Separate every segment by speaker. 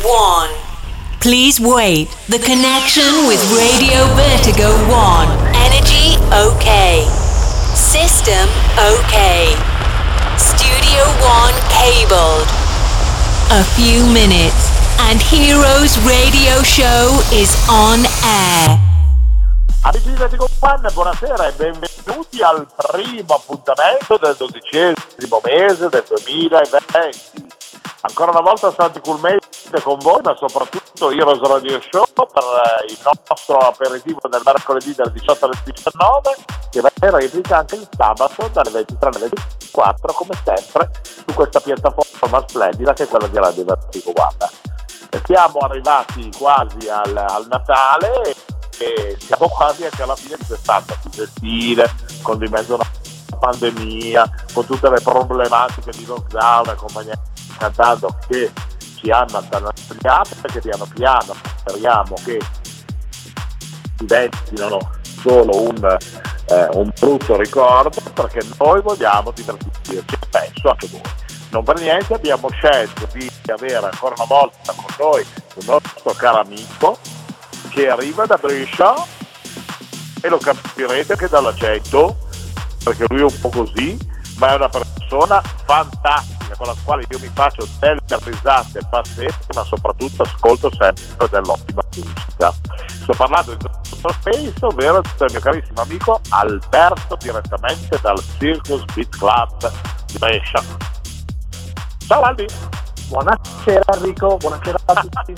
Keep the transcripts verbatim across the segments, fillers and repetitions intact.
Speaker 1: one. Please wait. The connection with Radio Vertigo one. Energy okay. System okay. Studio one cabled. A few minutes and Heroes Radio Show is on air.
Speaker 2: Amici di Vertigo One, buonasera e benvenuti al primo appuntamento del dodicesimo mese del duemilaventi. Ancora una volta Santi Coolmente con voi, ma soprattutto Heroes Radio Show per il nostro aperitivo del mercoledì dalle diciotto alle diciannove, che va in replica anche il sabato dalle ventitré alle ventiquattro, come sempre, su questa piattaforma splendida che è quella di Radio Vertigo One. E siamo arrivati quasi al, al Natale e siamo quasi anche alla fine di quest'anno gestire, con di mezzo una pandemia, con tutte le problematiche di lockdown e compagnia cantando che ci hanno attanagliato, perché piano piano speriamo che diventino solo un, eh, un brutto ricordo, perché noi vogliamo divertirci e penso anche voi. Non per niente abbiamo scelto di avere ancora una volta con noi un nostro caro amico che arriva da Brescia, e lo capirete che dall'accento, perché lui è un po' così, ma è una persona fantastica con la quale io mi faccio delle risate pazzesche, ma soprattutto ascolto sempre dell'ottima musica. Sto parlando di dottor Space, ovvero del mio carissimo amico Alberto, direttamente dal Circus Beat Club di Brescia. Ciao Albi!
Speaker 3: Buonasera Enrico, buonasera a tutti.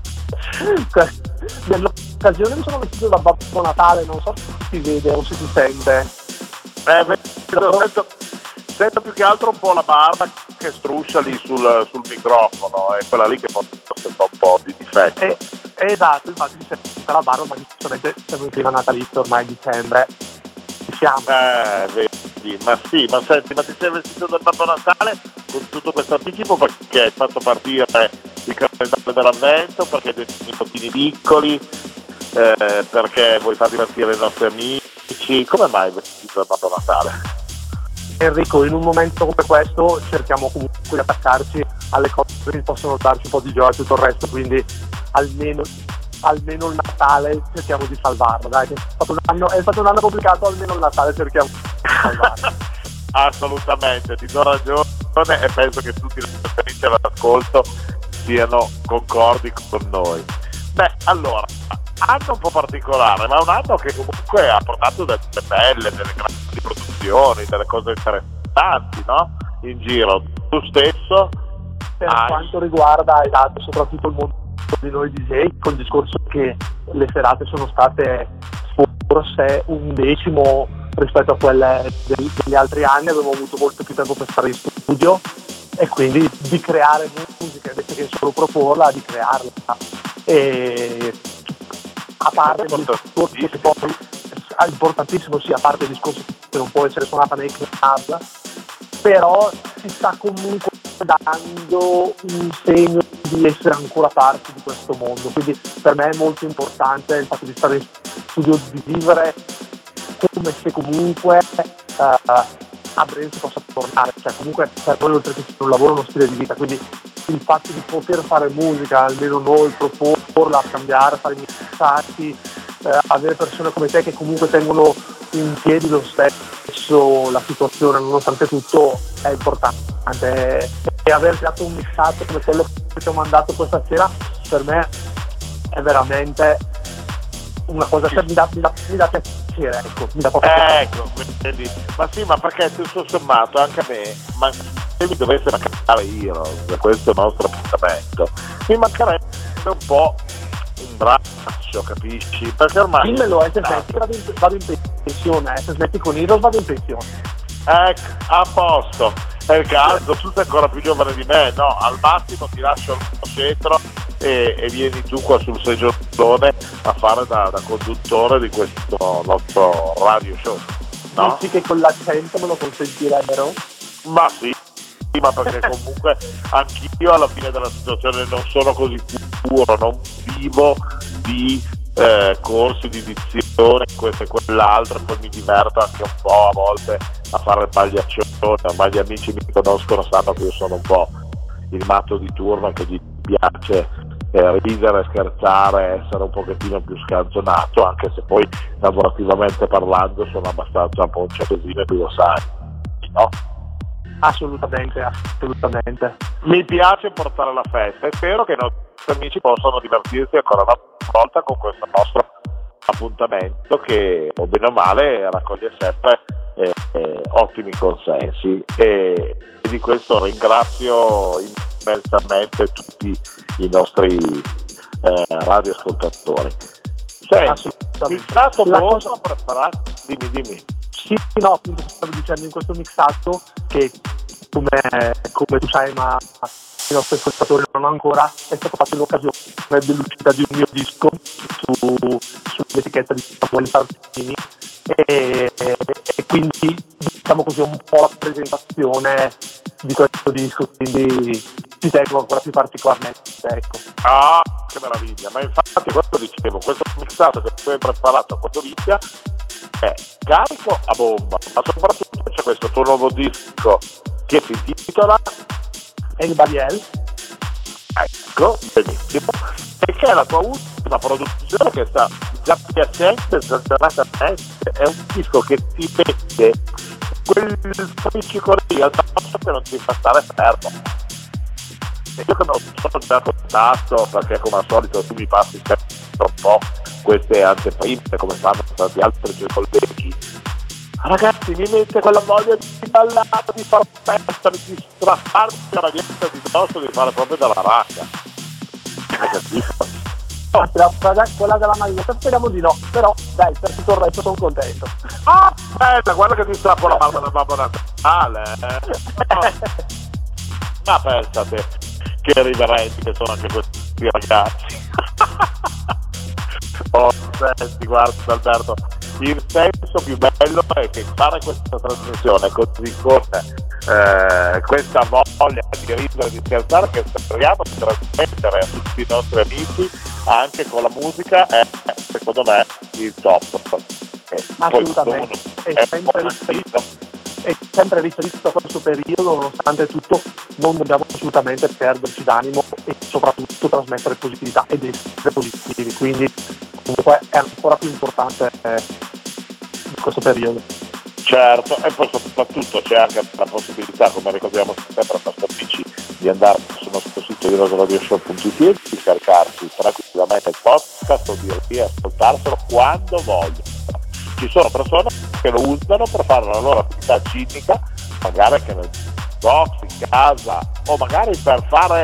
Speaker 3: Nell'occasione mi sono vestito da Babbo Natale, non so se si vede o se si sente.
Speaker 2: Eh, vedo, sento, sento più che altro un po' la barba che struscia lì sul, sul microfono, è quella lì che forse fa un po' di difetto.
Speaker 3: Eh, esatto, infatti si sente la barba, ma giustamente siamo in clima natalizio, ormai è dicembre. Ci siamo.
Speaker 2: Eh, vedi, ma sì, ma senti, ma ti sei vestito del Babbo Natale con tutto questo anticipo perché hai fatto partire il calendario dell'avvento, perché hai dei nipotini piccoli, eh, perché vuoi far divertire i nostri amici? Come mai vestito del Babbo Natale?
Speaker 3: Enrico, in un momento come questo cerchiamo comunque di attaccarci alle cose che possono darci un po' di gioia e tutto il resto, quindi almeno, almeno il Natale cerchiamo di salvarlo, dai, è stato un anno, è stato un anno complicato, almeno il Natale cerchiamo di salvarlo.
Speaker 2: Assolutamente, ti do ragione e penso che tutti i amici all'ascolto siano concordi con noi. Beh, allora, anno un po' particolare, ma un anno che comunque ha portato delle belle, delle grandi produzioni, delle cose interessanti, no? In giro. Tu stesso
Speaker 3: per
Speaker 2: hai...
Speaker 3: quanto riguarda, esatto, soprattutto il mondo di noi D J, col discorso che le serate sono state forse un decimo rispetto a quelle degli altri anni, abbiamo avuto molto più tempo per stare in studio e quindi di creare musica invece che solo proporla, di crearla. E a parte il discorso che poi è importantissimo, sì, a parte il discorso che non può essere suonata nei club, però si sta comunque dando un segno di essere ancora parte di questo mondo, quindi per me è molto importante il fatto di stare in studio, di vivere come se comunque uh, a breve si possa tornare, cioè comunque per noi oltre che un lavoro, uno stile di vita, quindi il fatto di poter fare musica, almeno noi, proporla, cambiare, fare mixati, eh, avere persone come te che comunque tengono in piedi lo stesso la situazione nonostante tutto è importante, e aver creato un mixato come quello che ti ho mandato questa sera per me è veramente una cosa che mi dà, mi dà, mi dà piacere, ecco, mi dà proprio
Speaker 2: ecco, quindi, ma sì, ma perché tutto sommato anche a me, ma se mi dovesse mancare Heroes da questo nostro appuntamento, mi mancherebbe un po' un braccio, capisci? Perché ormai
Speaker 3: dimmelo, eh, se smetti vado in, vado in pensione, eh, se smetti con Heroes vado in pensione.
Speaker 2: Ecco, a posto, è il caso, tu sei ancora più giovane di me, no? Al massimo ti lascio il centro e, e vieni tu qua sul seggiolone a fare da, da conduttore di questo nostro radio show, no?
Speaker 3: Dici che con l'accento me lo consentirebbero?
Speaker 2: Ma sì, ma perché comunque anch'io alla fine della situazione non sono così puro, non vivo di eh, corsi di dizione, questo e quell'altro, e poi mi diverto anche un po' a volte a fare il pagliaccione, ormai gli amici mi conoscono, sanno che io sono un po' il matto di turno che gli piace eh, ridere, scherzare, essere un pochettino più scanzonato, anche se poi lavorativamente parlando sono abbastanza ponciatosino, tu lo sai, no?
Speaker 3: Assolutamente, assolutamente.
Speaker 2: Mi piace portare la festa e spero che i nostri amici possano divertirsi ancora una volta con questo nostro appuntamento che, o bene o male, raccoglie sempre eh, eh, ottimi consensi, e, e di questo ringrazio immensamente tutti i nostri eh, radioascoltatori. Senti, il caso cosa preparato? Dimmi, dimmi.
Speaker 3: Sì, no, appunto stavo dicendo in questo mixato che come, come tu sai, ma i nostri ascoltatori non ancora, è stato fatto in occasione dell'uscita di un mio disco su, sull'etichetta di Samuele Tartini e, e quindi diciamo così un po' la presentazione di questo disco, quindi ci tengo ancora più particolarmente, ecco.
Speaker 2: Ah, che meraviglia, ma infatti questo dicevo, questo mixato che tu hai preparato quando inizia è carico a bomba, ma soprattutto c'è questo tuo nuovo disco che si intitola
Speaker 3: El Bariel,
Speaker 2: ecco, benissimo, e che è la tua ultima produzione che sta già piacente, esageratamente, è un disco che ti mette quel friccicolio addosso che non ti fa stare fermo. E io che non sono già contatto, perché come al solito tu mi passi sempre un po' queste anteprime come fanno tanti altri tuoi colleghi, ragazzi, mi mette quella voglia di ballare, di far festa, di strapparmi la maglietta di dosso, di fare proprio dalla racca.
Speaker 3: Oh, quella, quella della maglietta speriamo di no, però dai, per tutto il resto sono contento.
Speaker 2: Ah, bella, guarda che ti strappo la mano del Babbo Natale, eh. Ma pensate che riverenti che sono anche questi ragazzi. Oh, senti, guarda Alberto, il senso più bello è che fare questa trasmissione così con eh, questa voglia di ridere, di scherzare, che speriamo di trasmettere a tutti i nostri amici anche con la musica, è secondo me il top. E
Speaker 3: assolutamente,
Speaker 2: poi,
Speaker 3: è, sempre riferito, è sempre riferito a questo periodo, nonostante tutto non dobbiamo assolutamente perderci d'animo e soprattutto trasmettere positività ed essere positivi, quindi comunque è ancora più importante eh, in questo periodo.
Speaker 2: Certo, e poi soprattutto c'è anche la possibilità, come ricordiamo sempre a nostri amici, di andare sul nostro sito di rosoradioshow punto it e di scaricarsi tranquillamente il podcast o di riascoltarselo quando vogliono. Ci sono persone che lo usano per fare la loro attività cinica, magari anche nel box, in casa, o magari per fare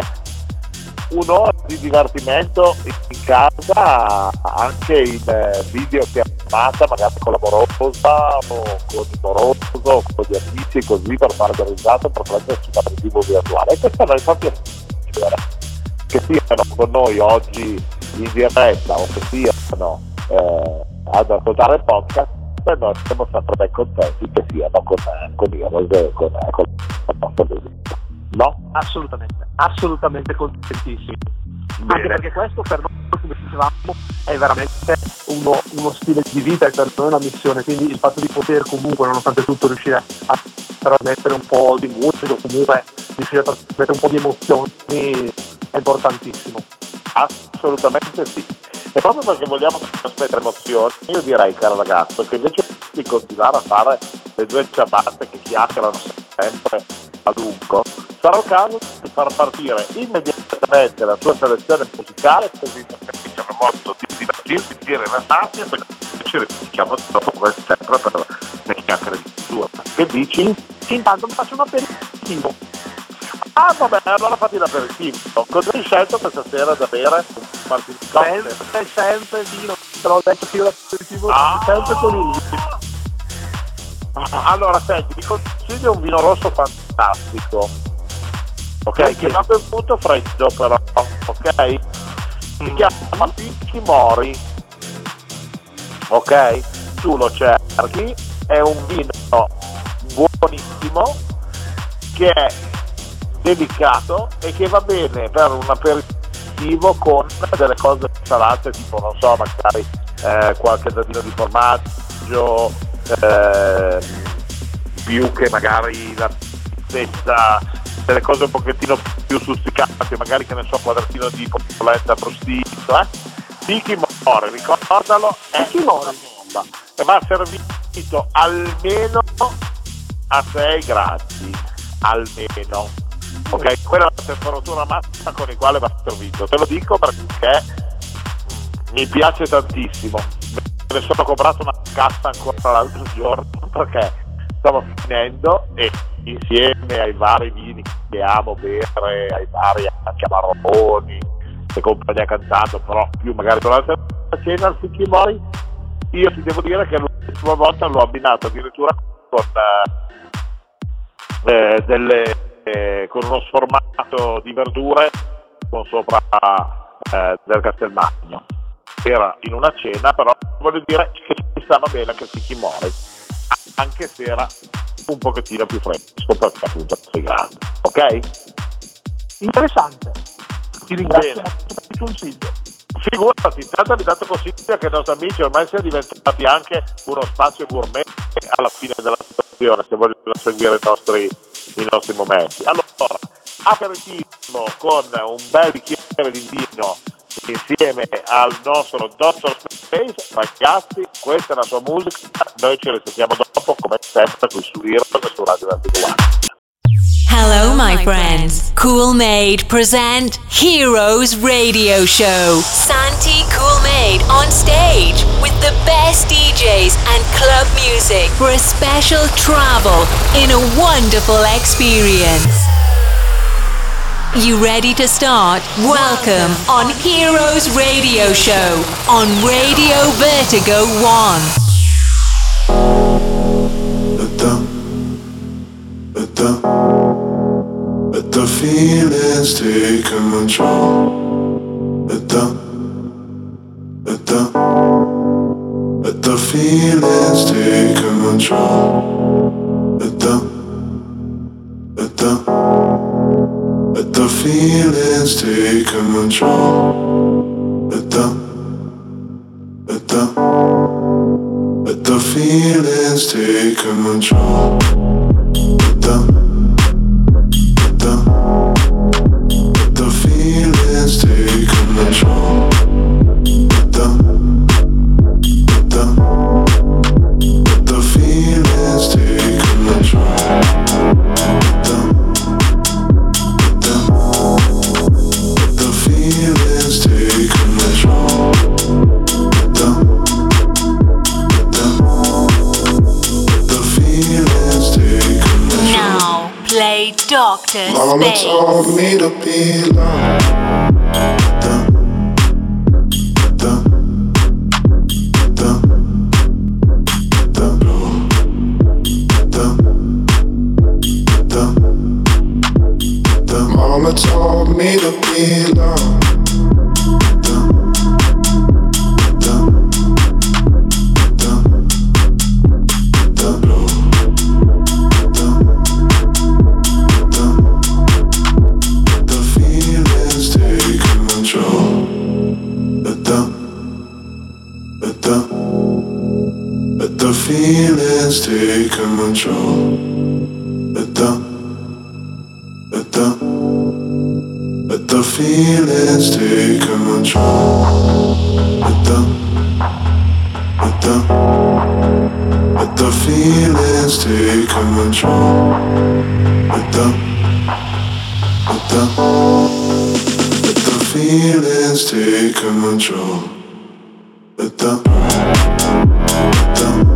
Speaker 2: un'ora di divertimento in casa, anche in video chiamata, magari con l'amorosa o con il moroso o con gli amici, così per fare del risate, per prendersi un aperitivo virtuale. E questo noi fa piacere che siano con noi oggi in diretta o che siano eh, ad ascoltare il podcast, e noi siamo sempre ben contenti che siano con, con io, con, con, con il nostro musica. No?
Speaker 3: Assolutamente, assolutamente contentissimi.
Speaker 2: Bene.
Speaker 3: Anche perché questo per noi, come dicevamo, è veramente uno, uno stile di vita e per noi una missione, quindi il fatto di poter comunque, nonostante tutto, riuscire a trasmettere un po' di musica, o comunque riuscire a trasmettere un po' di emozioni è importantissimo.
Speaker 2: Assolutamente sì. E proprio perché vogliamo trasmettere emozioni, io direi, caro ragazzo, che invece di continuare a fare le due ciabatte che chiacchierano sempre a lungo, sarà il caso di far partire immediatamente la tua selezione musicale, così abbiamo modo di divertirsi, di rilassarsi, e poi ci ritroviamo dopo questo sempre per le chiacchiere di sua. Che dici?
Speaker 3: Intanto mi faccio un aperitivo.
Speaker 2: Ah vabbè, allora fatti l'aperitivo. Cosa hai scelto questa sera da bere? Martini Cocktail?
Speaker 3: Sempre, sempre vino, te l'ho detto che io l'aperitivo
Speaker 2: ah.
Speaker 3: sempre con lui.
Speaker 2: Allora senti, vi consiglio un vino rosso fantastico, ok?
Speaker 3: Okay.
Speaker 2: Che va bevuto freddo però, ok? Si
Speaker 3: Mm.
Speaker 2: chiama Picchi Mori, ok? Tu lo cerchi, è un vino buonissimo, che è delicato e che va bene per un aperitivo con delle cose salate, tipo non so, magari eh, qualche dadino di formaggio, eh, più che magari la stessa delle cose un pochettino più stuzzicate, magari che ne so, quadratino di polenta prostito, eh? Tiki Mori, ricordalo, è
Speaker 3: Tiki Mori.
Speaker 2: una bomba e va servito almeno a sei gradi, almeno, ok? Quella è la temperatura massima con la quale va servito, te lo dico perché mi piace tantissimo, me ne sono comprato una cassa ancora l'altro giorno perché stavo finendo e insieme ai vari vini che amo bere, ai vari chiamarroni e compagnia cantando, però più magari durante la cena al Tiki Mori, io ti devo dire che l'ultima volta l'ho abbinato addirittura con eh, delle eh, con uno sformato di verdure con sopra eh, del Castelmagno. Era in una cena, però voglio dire che ci stava bene anche il Tiki Mori, anche se era un pochettino più fresco perché appunto sei grande, ok?
Speaker 3: Interessante, ti ringrazio
Speaker 2: Bene.
Speaker 3: per il consiglio.
Speaker 2: Figurati, intanto mi dato consiglio che i nostri amici ormai siano diventati anche uno spazio gourmet alla fine della situazione, se vogliono seguire i nostri, i nostri momenti. Allora, aperitivo con un bel bicchiere di vino insieme al nostro doctor Space. Ragazzi, questa è la sua musica, noi ce la sentiamo dopo come sempre qui su Heroes e su Radio ventiquattro.
Speaker 1: Hello, my friends. Cool Made present Heroes Radio Show. Santi Cool Made on stage with the best D Js and club music for a special travel in a wonderful experience. You ready to start? Welcome on Heroes Radio Show on Radio Vertigo One.
Speaker 4: Let the, let the, let the feelings take control. Let the, let the, let the feelings take control. Let the, let the, let the feelings take control. Let the, let the, let the feelings take control. Let the, let the, let the feelings take control. Let the, let the, let the feelings take control. Let the, feelings take control. Let the, let the, let the feelings take control.
Speaker 1: Now play Doctor
Speaker 4: Mama
Speaker 1: Space.
Speaker 4: told me to be alone. Let the, let the, let the, let the, let the, let the, let the. Mama told me to be alone. Feelings take control. Let the, let the, let the feelings take control. Let the, let the, let the feelings take control. Let the, let the, let the feelings take control. Let the, let the,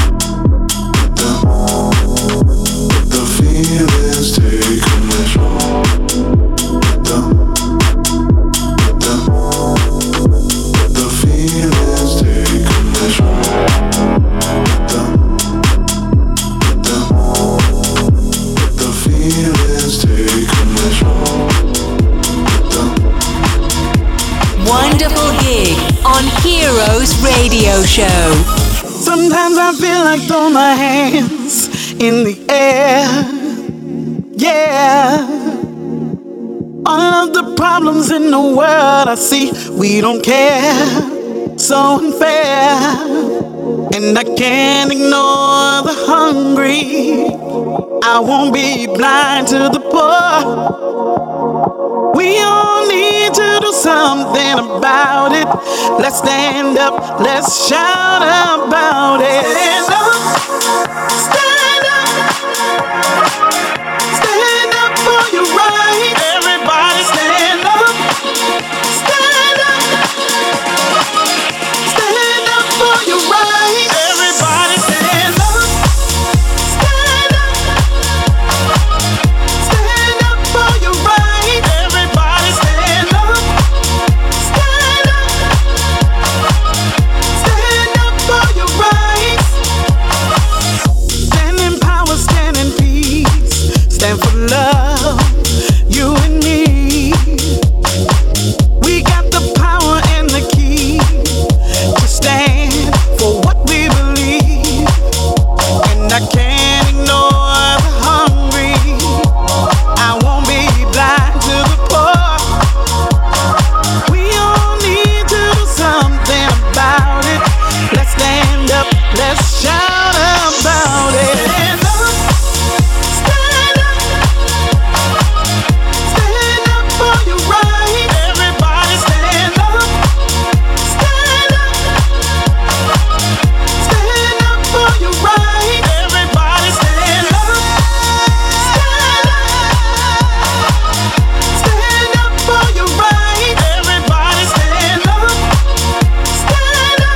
Speaker 4: feelings take control. Let the, let the, let the feelings take control. Let the, let the, let the feelings take control. Let the,
Speaker 1: Wonderful gig on Heroes Radio Show.
Speaker 5: Sometimes I feel like throw my hands in the air. Yeah, all of the problems in the world I see, we don't care, so unfair. And I can't ignore the hungry, I won't be blind to the poor. We all need to do something about it. Let's stand up, let's shout about it. Stand up, stand up, stand up for your right. Everybody stand up, stand up, stand up for your right. Everybody stand up, stand up, stand up for your right. Everybody stand up, stand up, stand up for your rights. Stand in power, stand in peace, stand for love, you and me. We got the power and the key to stand for what we believe. And I can't ignore the hungry. I won't be blind to the poor. We all need to do something about it. Let's stand up, let's shout about it. Stand up, stand up, stand up for your right. Everybody stand up, stand up, stand up for your right. Everybody stand up, stand up, stand up for your right. Everybody stand up, stand up,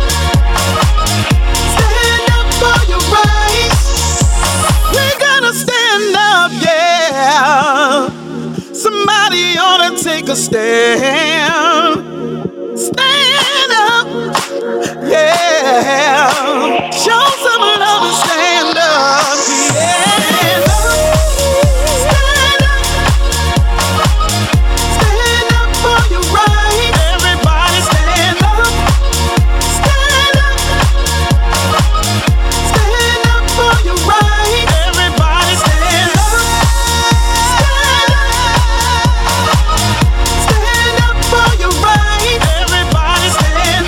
Speaker 5: stand up for your rights. We're gonna stand up, yeah. Somebody ought to take a stand. Stand up, yeah. Show some love and stand up, yeah. Stand up, stand up, stand up for your right. Everybody stand up, stand up, stand up for your right. Everybody stand up, stand up, stand up for your right. Everybody stand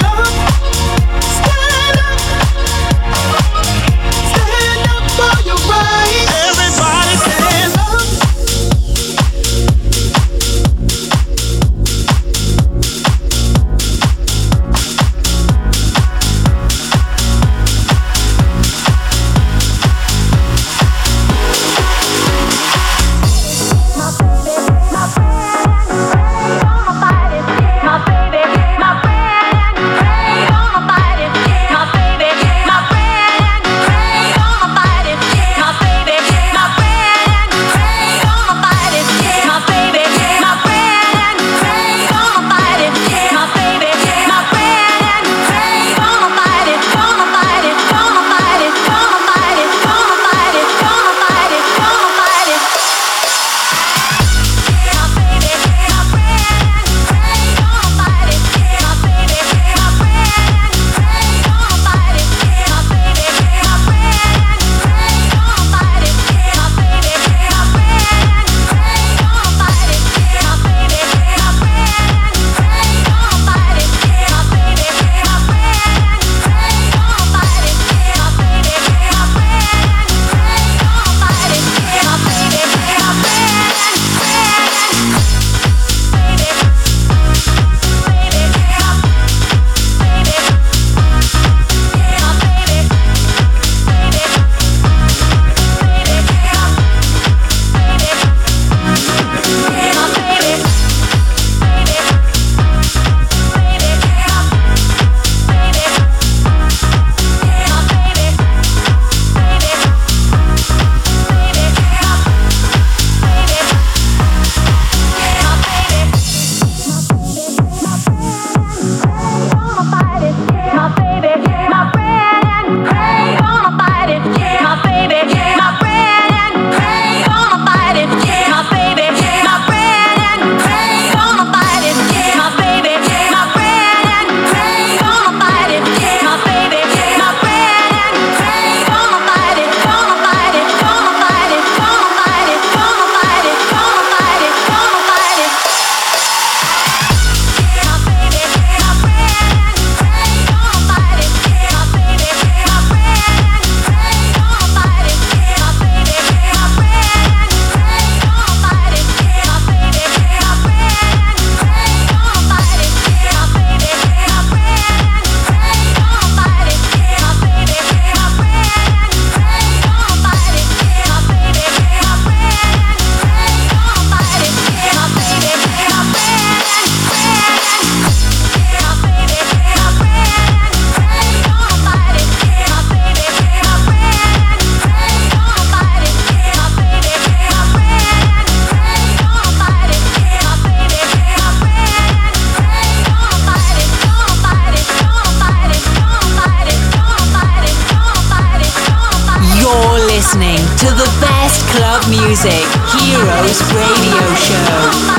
Speaker 1: to the best club music. Heroes Radio Show.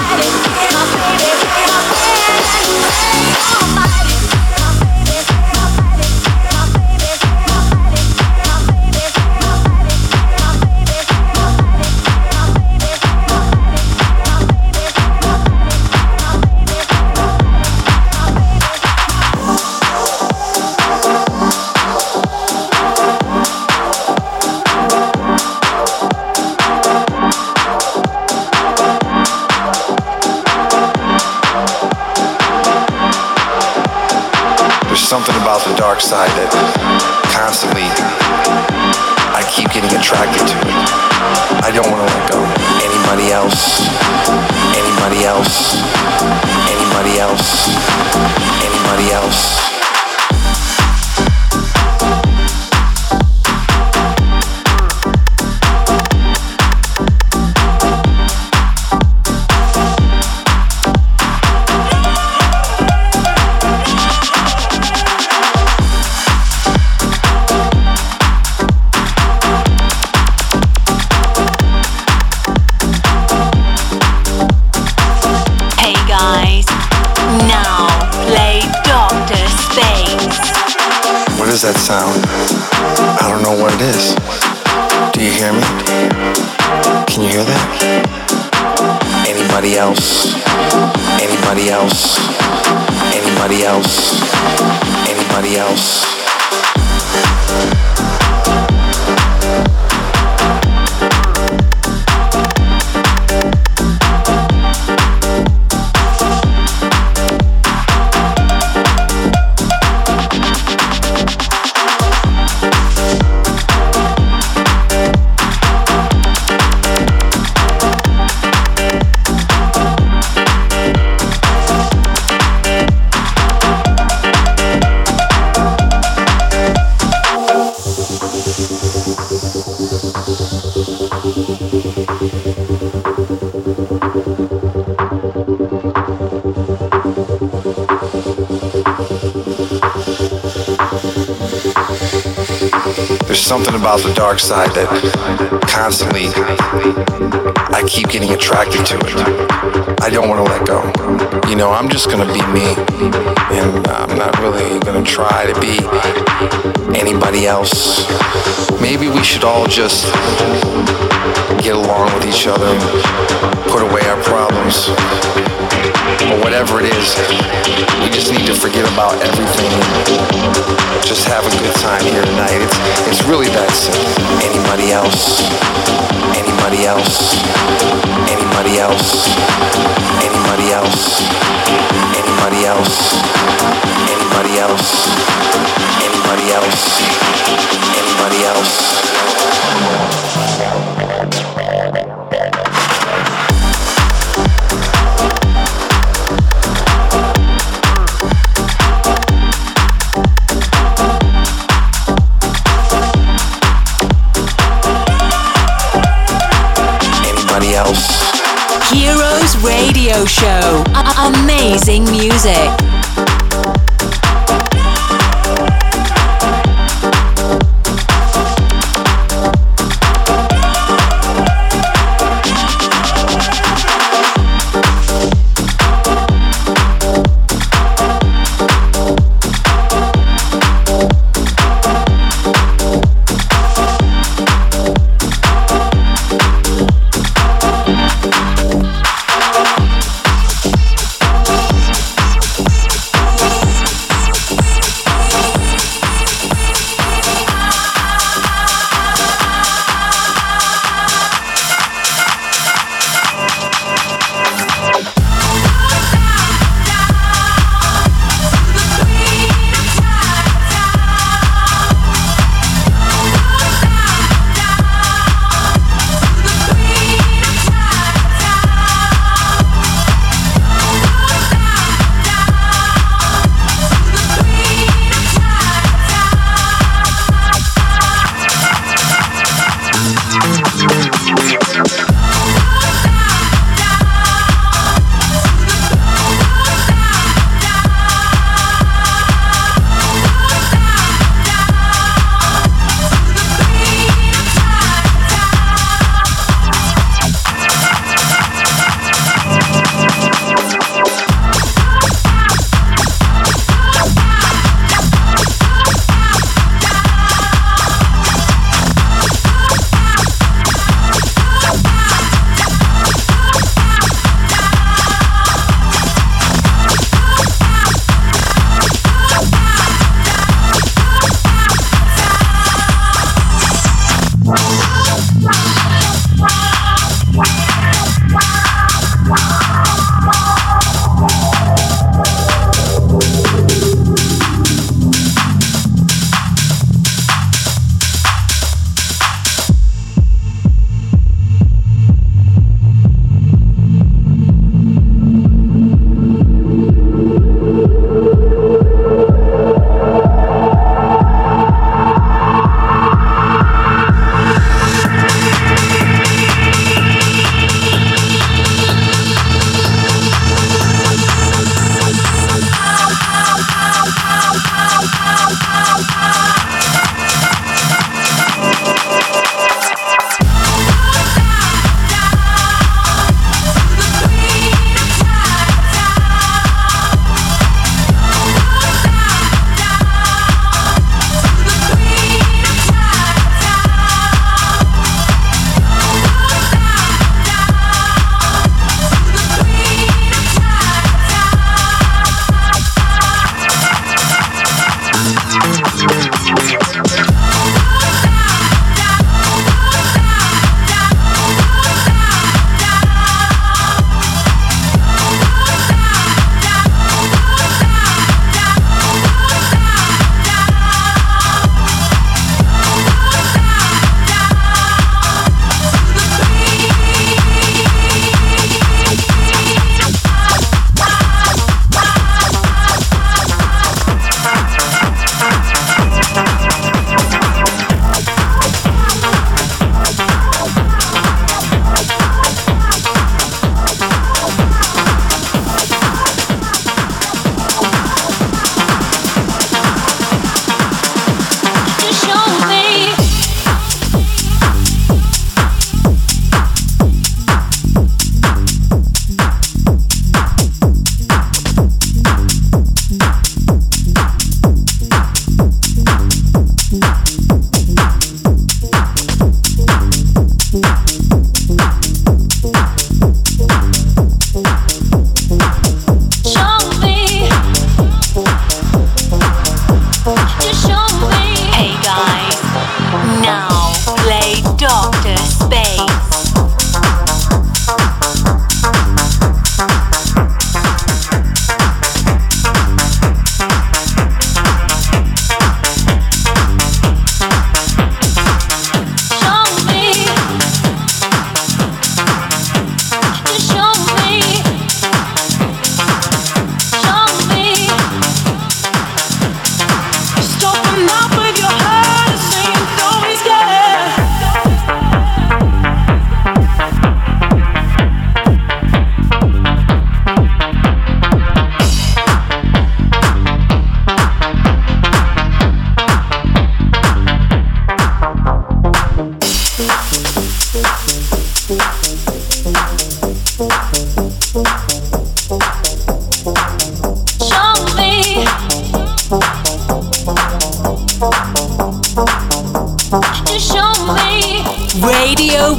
Speaker 6: Something about the dark side that constantly I keep getting attracted to it. I don't want to let go. Anybody else, anybody else, anybody else, anybody else. That sound? I don't know what it is. Do you hear me? Can you hear that? Anybody else? Anybody else? Anybody else? Anybody else? Something about the dark side that constantly I keep getting attracted to it. I don't want to let go. You know, I'm just gonna be me, and I'm not really gonna try to be anybody else. Maybe we should all just get along with each other and put away our problems. Or whatever it is, we just need to forget about everything and just have a good time here tonight. It's it's really that simple. Anybody else? Anybody else? Anybody else? Anybody else? Anybody else? Anybody else? Anybody else? Anybody else?
Speaker 1: Heroes Radio Show. A- amazing music.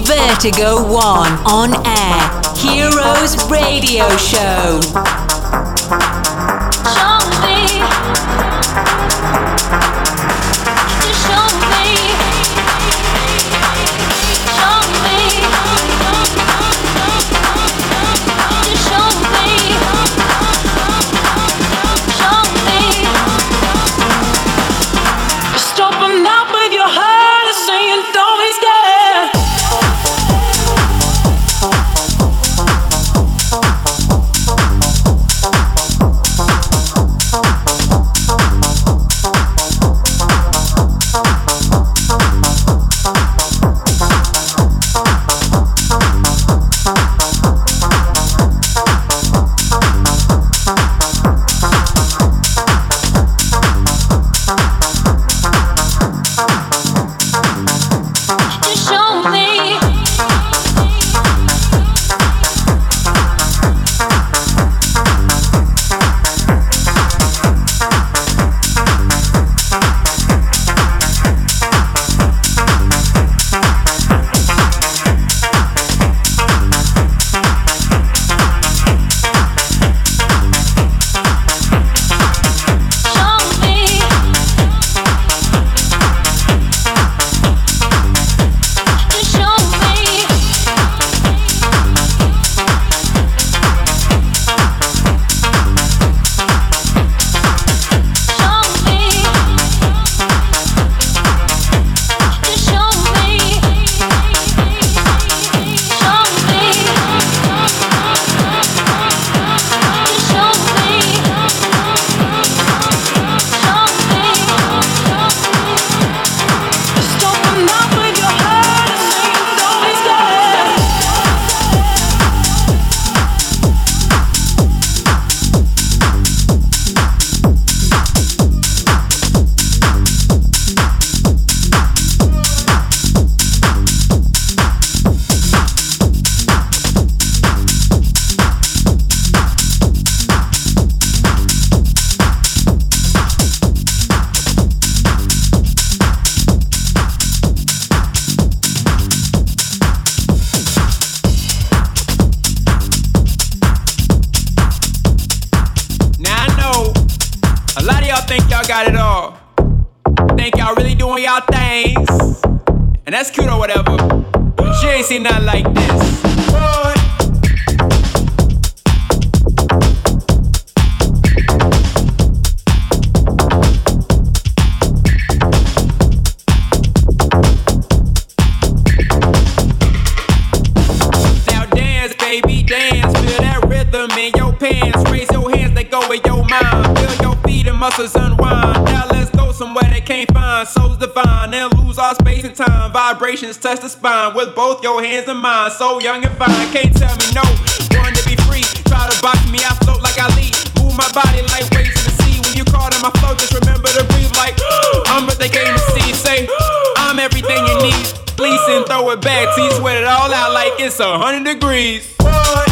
Speaker 1: Vertigo One on air. Heroes Radio Show.
Speaker 7: Show me. Just show me. Show me. Just show me. Show me. Just open up with your heart and saying don't be scared.
Speaker 8: Got it all. Think y'all really doing y'all things, and that's cute or whatever. But she ain't seen nothing like this. What? Now dance, baby, dance. Feel that rhythm in your pants. Raise your hands, let go of your mind. Feel your feet and muscles unwind. Now let's go somewhere they can't find. Souls divine, they'll lose all space and time. Vibrations touch the spine with both your hands and mine. So young and fine, can't tell me no. Born to be free. Try to box me, I float like I lead. Move my body like waves in the sea. When you call in my flow, just remember to breathe like I'm what they came to see. Say I'm everything you need. Please and throw it back. T sweat it all out like it's a hundred degrees. What?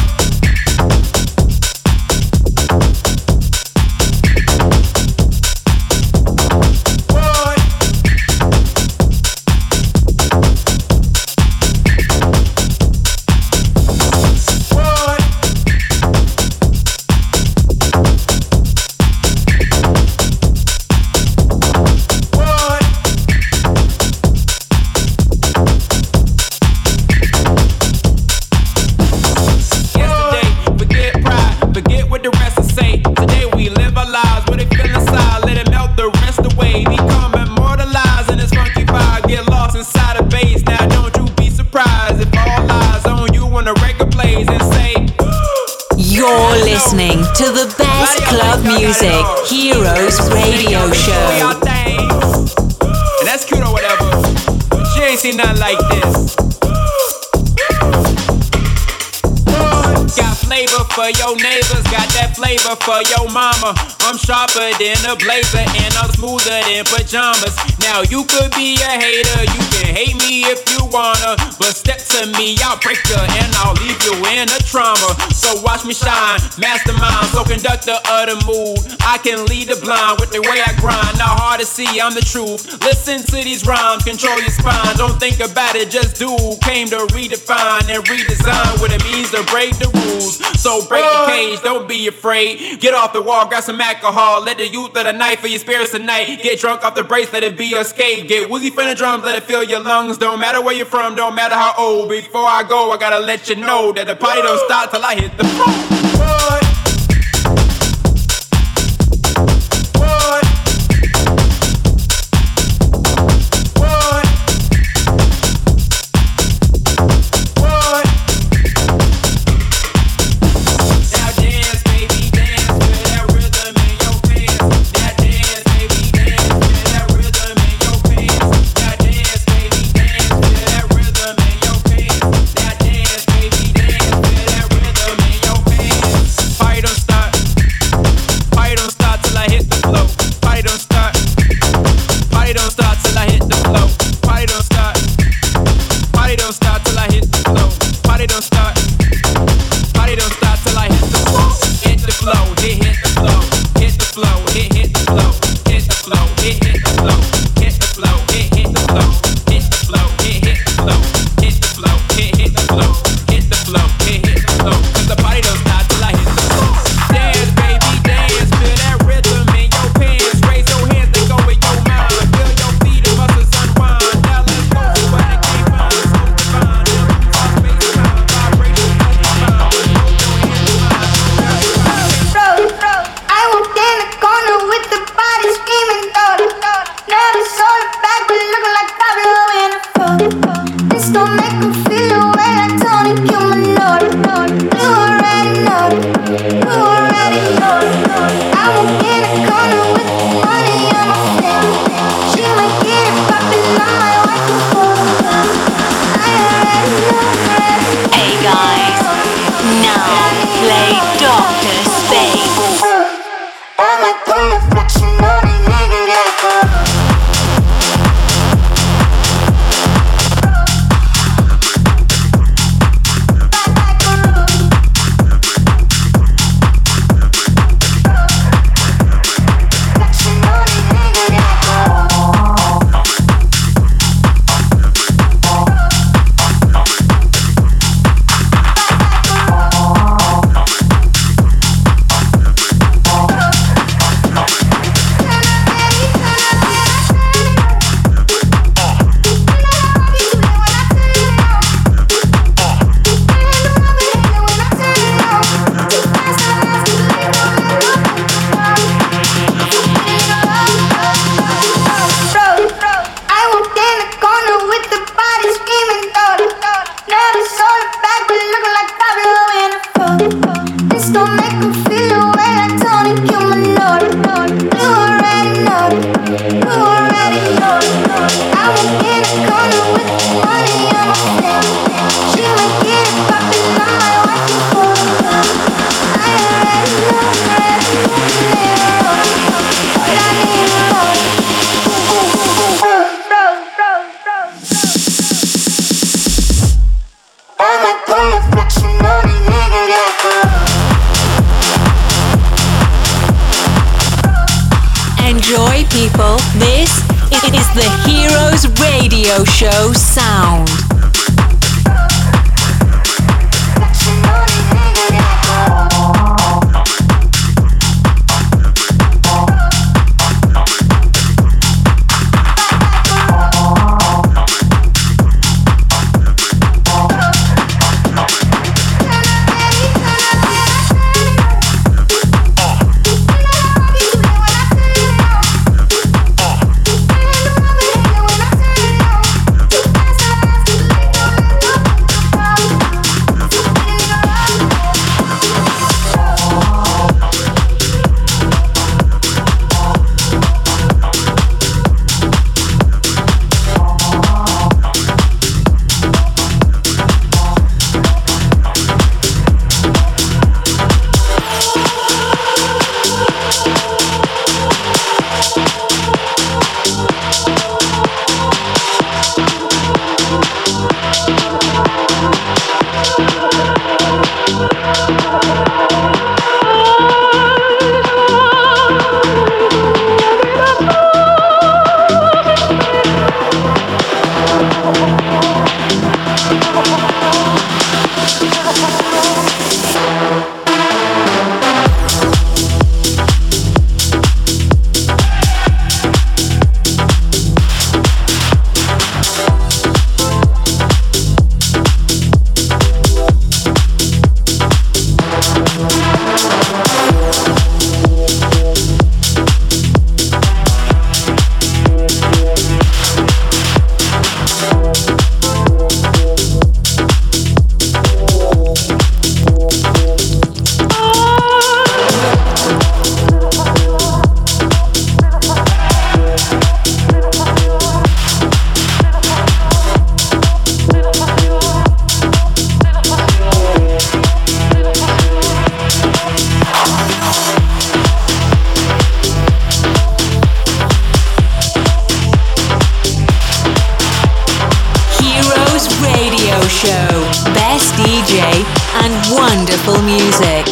Speaker 1: Listening to the best club music, Heroes Radio Show.
Speaker 8: And that's cute or whatever. She ain't seen nothing like this. What? Got flavor for your neighbors, got that flavor for your mama. I'm sharper than a blazer and I'm smoother than pajamas. Now you could be a hater, you can hate me if you wanna, but step to me, I'll break you and I'll leave you in a trauma. So watch me shine, mastermind, so conductor of the mood. I can lead the blind with the way I grind. Not hard to see, I'm the truth. Listen to these rhymes, control your spine. Don't think about it, just do. Came to redefine and redesign what it means to break the rules. So break the cage, don't be afraid. Get off the wall, grab some alcohol. Let the youth of the night for your spirits tonight. Get drunk off the brace, let it be your escape. Get woozy from the drums, let it fill your lungs. Don't matter where you're from, don't matter how old. Before I go, I gotta let you know that the party don't stop till I hit the floor.
Speaker 1: Enjoy, people. This is the Heroes Radio Show sound. wonderful music.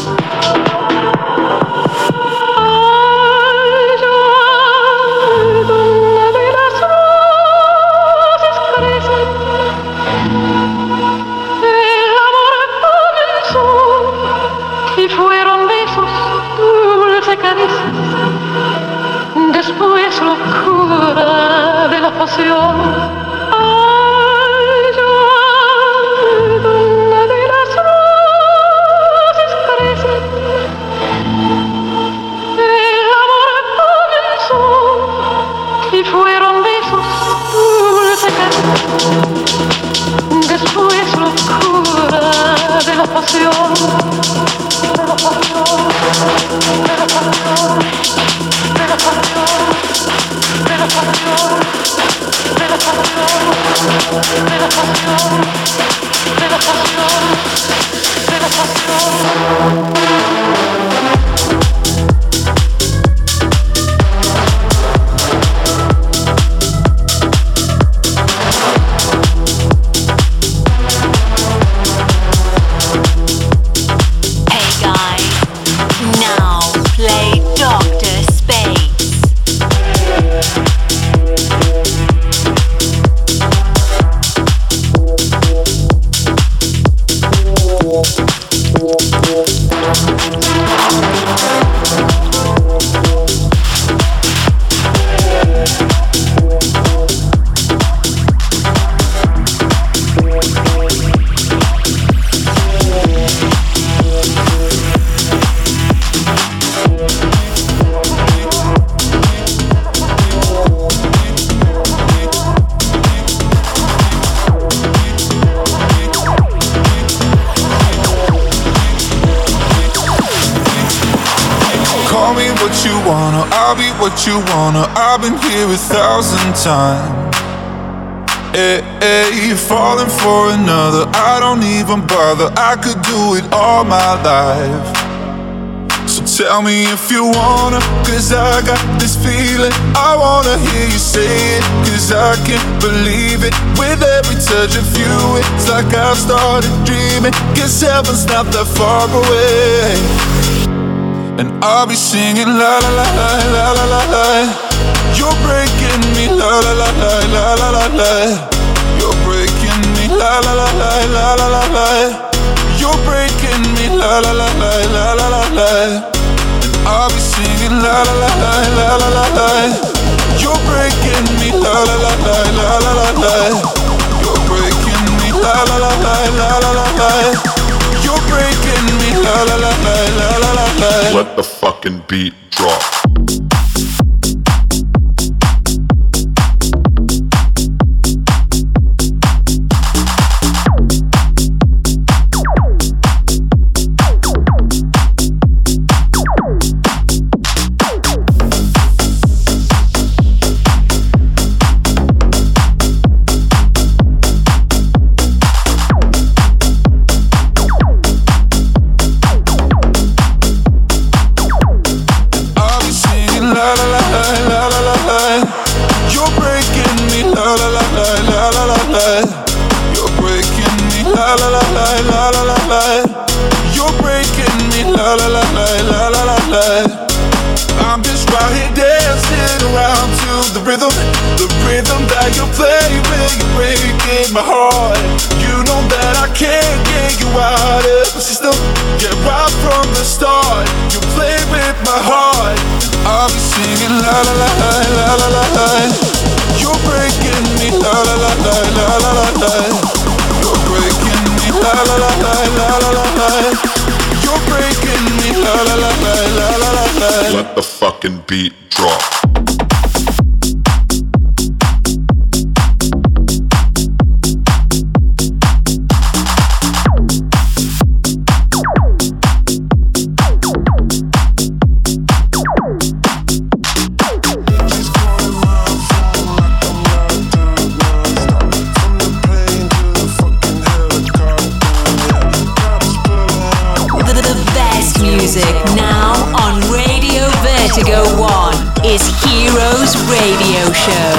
Speaker 9: Después locura de la pasión. Ay, yo, donde de las rosas crecen, el amor comenzó y fueron besos, dulce caricias. Después locura de la pasión, de la pasión, de la pasión. De la pasión, de la pasión, de la pasión, de la pasión, de la pasión, de la pasión.
Speaker 10: What you wanna, I've been here a thousand times. Hey, hey, you're falling for another, I don't even bother, I could do it all my life. So tell me if you wanna, cause I got this feeling, I wanna hear you say it, cause I can't believe it. With every touch of you, it's like I've started dreaming, cause heaven's not that far away. And I'll be singing la la la la la la la la. You're breaking me la la la la la la la la. You're breaking me la la la la la la la la. You're breaking me la la la la la la la la. And I'll be singing la la la la la la la la. You're breaking me la la la la la la la la. You're breaking me la la la la la la la la. You're breaking me, la la la la la la la la.
Speaker 11: Let the fucking beat drop.
Speaker 10: My heart, you know that I can't get you out of the system. Yeah, right from the start, you play with my heart. I'll be singing la la la la la la la la. You're breaking me la la la la la la la la. You're breaking me la la la la la la la la. You're breaking me la la la la la la la la.
Speaker 11: Let the fucking beat drop.
Speaker 1: Vertigo One is Heroes Radio Show.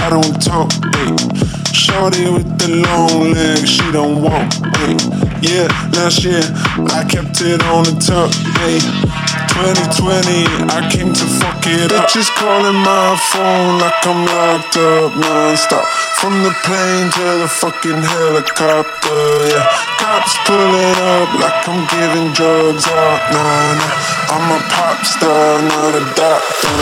Speaker 10: I don't talk, ayy. Shorty with the long legs, she don't walk, ayy. Yeah, last year I kept it on the top, ayy. twenty twenty, I came to fuck it up. Bitches calling my phone like I'm locked up non-stop. From the plane to the fucking helicopter, yeah. Cops pulling up like I'm giving drugs out, nah, nah. I'm a pop star, not a doctor.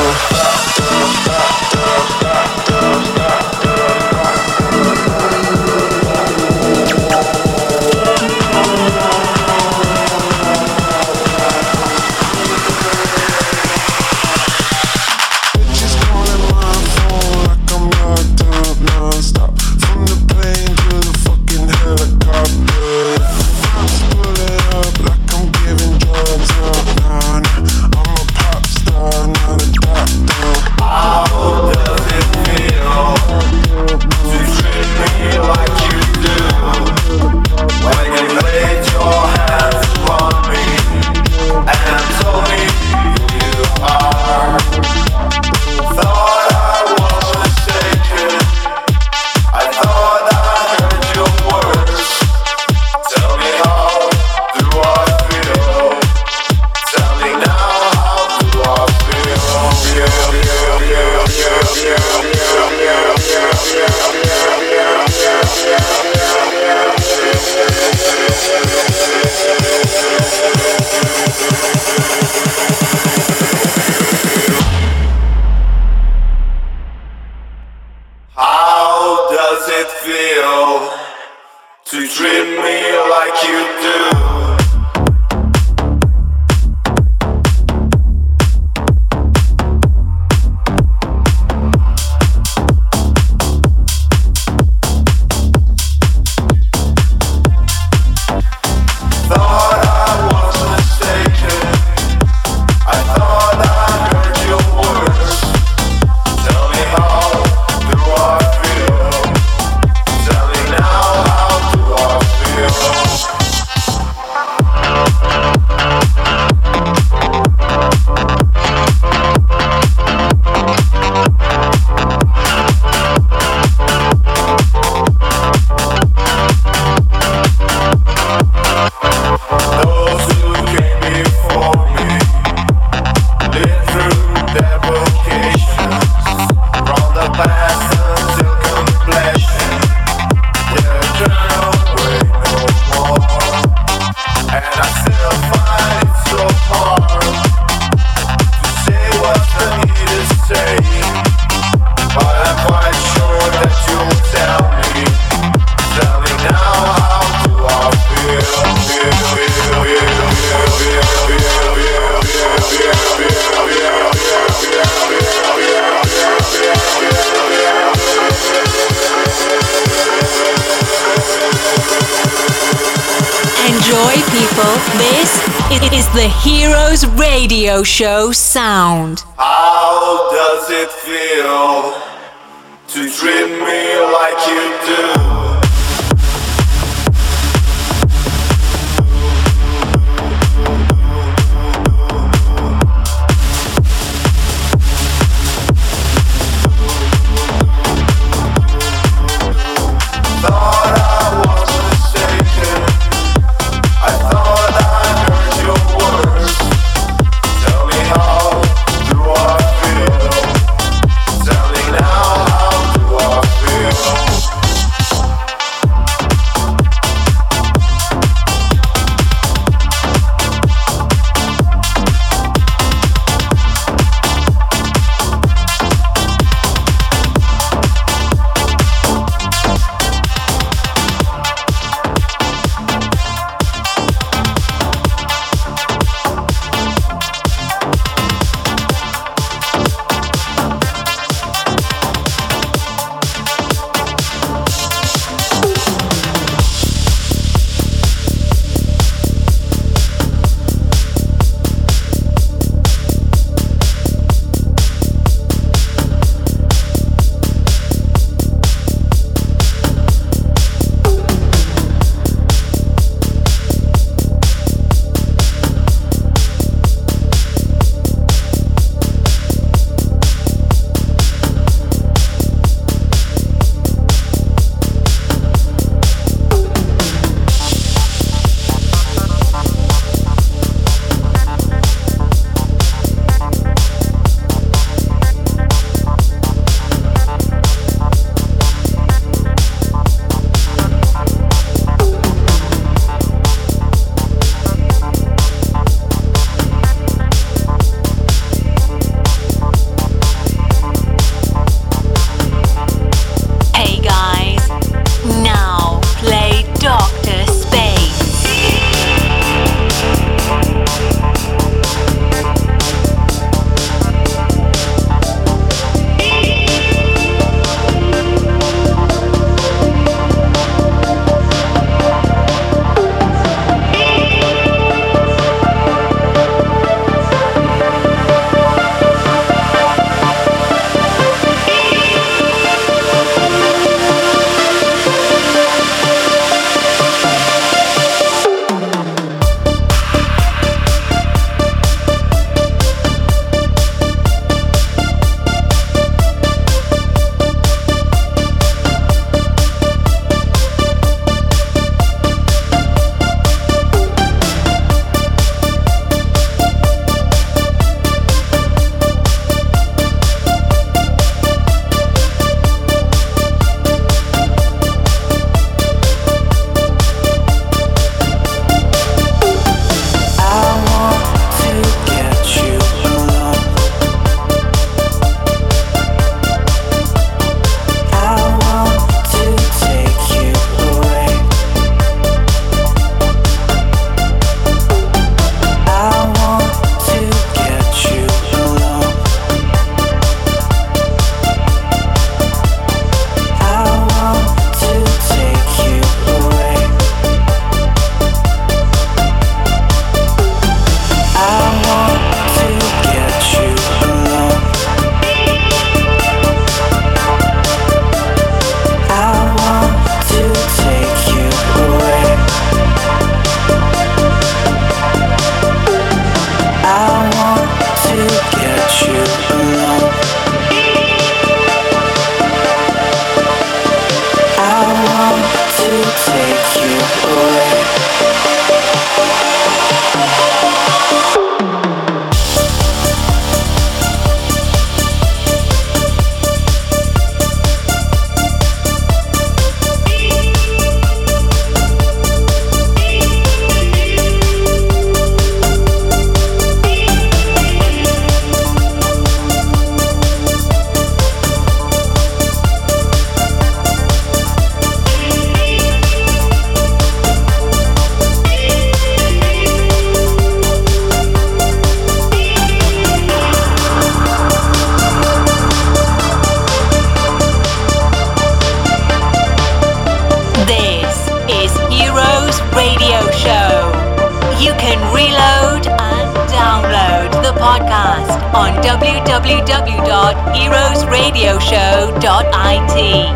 Speaker 1: Radio show sound.
Speaker 12: How does it feel to treat me like you do?
Speaker 1: podcast on w w w dot heroes radio show dot i t.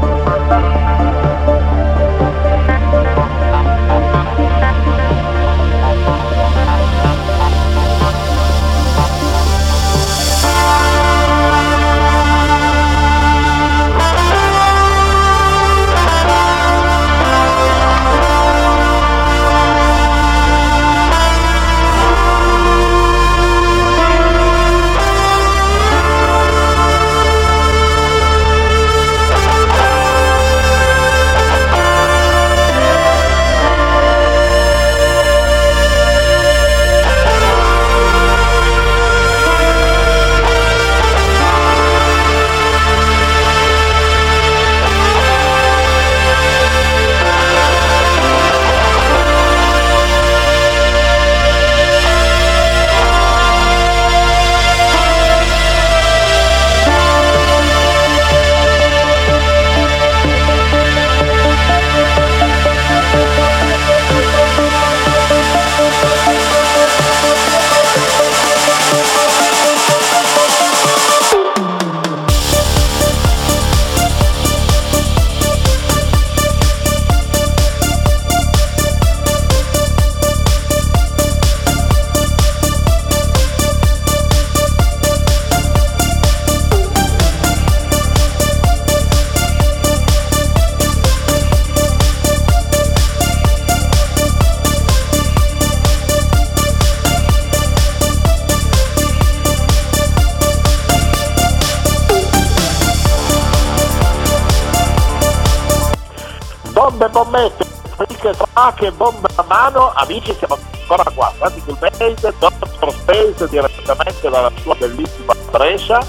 Speaker 2: Bombe, bombette, friche, tracche, bombe a mano, amici, siamo ancora qua, Santi Cool Made, doctor Space direttamente dalla sua bellissima Brescia,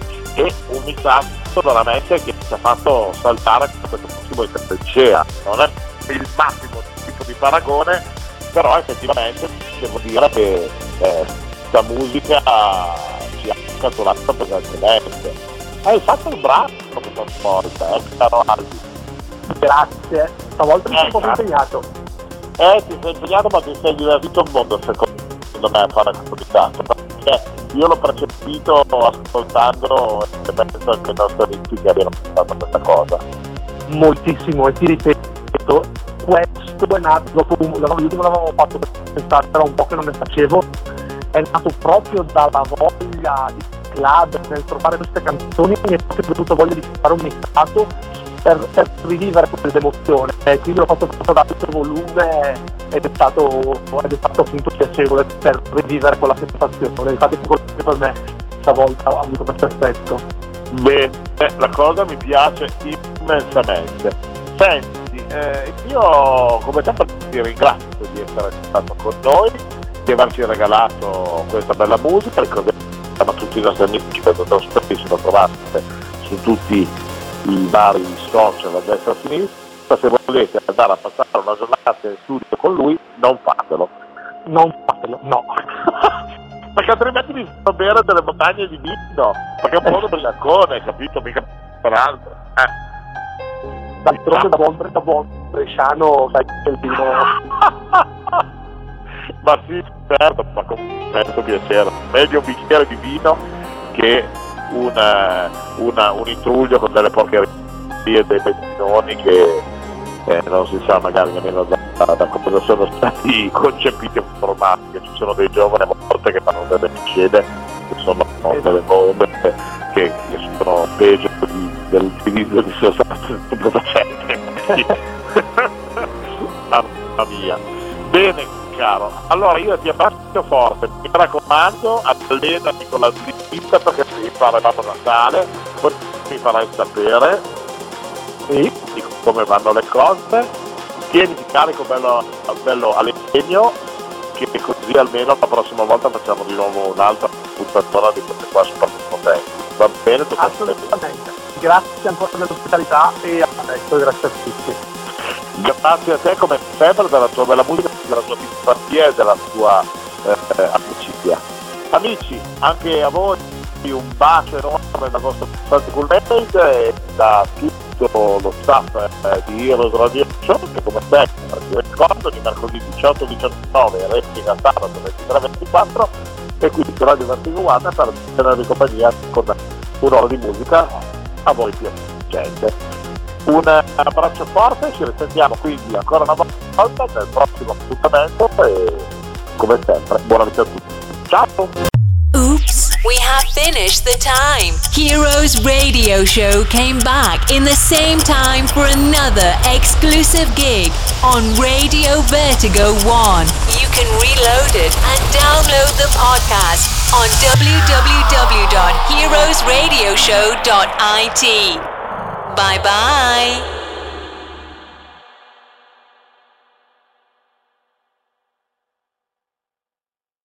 Speaker 2: e un mixato veramente che ci ha fatto saltare questo prossimo in trincea. Non è il massimo tipo di paragone, però effettivamente devo dire che eh, questa musica ci ha catturato pesantemente. Hai fatto il braccio questa volta, eh, caro Albi.
Speaker 3: Grazie, stavolta mi
Speaker 2: eh,
Speaker 3: sono un po' impegnato.
Speaker 2: Eh, ti sei impegnato, ma ti sei divertito un mondo secondo me a fare questo mixato, perché io l'ho percepito ascoltando e penso anche i nostri amici che abbiano fatto questa cosa.
Speaker 3: Moltissimo, e ti ripeto, questo è nato dopo un, l'ultimo l'avevamo fatto per pensare, però un po' che non ne facevo, è nato proprio dalla voglia di club nel trovare queste canzoni, mi è proprio venuto voglia di fare un mixato per, per rivivere questa emozione, e quindi l'ho fatto proprio da tutto volume ed è stato, ed è stato appunto piacevole per rivivere quella sensazione. Infatti per me stavolta ha avuto questo effetto.
Speaker 2: Bene, la cosa mi piace immensamente. Senti, eh, io come sempre ti ringrazio di essere stato con noi, di averci regalato questa bella musica. Ricordiamo a tutti i nostri amici che dottor Space lo trovate su tutti i vari social a destra e a sinistra. Se volete andare a passare una giornata in studio con lui, non fatelo.
Speaker 3: Non fatelo, no.
Speaker 2: Perché altrimenti mi fanno bere delle montagne di vino, perché è un po' di briacone, capito? Mica per altro. Eh.
Speaker 3: D'altronde da buon, da buon bresciano sai che il vino.
Speaker 2: Ma sì, certo, ma con molto piacere. Meglio un bicchiere di vino che una, una, un intruglio con delle porcherie, dei benzинoni che eh, non si sa magari nemmeno da, da, da come sono stati concepiti e formati, che ci sono dei giovani a volte che fanno delle scene che sono delle bombe che, che sono peggio di, dell'utilizzo di sostanze stupefacenti. Mamma mia. Bene caro, allora io ti abbraccio forte, mi raccomando, allenati con la slitta perché devi fare Babbo Natale, poi mi farai sapere sì, di come vanno le cose, tieniti carico bello, bello all'impegno, che così almeno la prossima volta facciamo di nuovo un'altra puntatura di queste qua super potenti. Va bene?
Speaker 3: Assolutamente, grazie ancora dell'ospitalità e a presto, grazie a tutti.
Speaker 2: Grazie a te come sempre della tua bella musica, della tua simpatia e della tua eh, amicizia. Amici, anche a voi un bacio enorme dal vostro Santi Cool Made e da tutto lo staff eh, di Heroes Radio Show, che come sempre vi ricordo di mercoledì diciotto diciannove, replica sabato ventitré ventiquattro, e quindi Radio Vertigo One per tenervi compagnia con un'ora di musica a voi piacente. Un abbraccio forte, ci risentiamo quindi ancora una volta nel prossimo appuntamento e come sempre buona vita a tutti. Ciao!
Speaker 1: Oops, we have finished the time. Heroes Radio Show came back in the same time for another exclusive gig on Radio Vertigo One. You can reload it and download the podcast on w w w dot heroes radio show dot i t. Bye bye.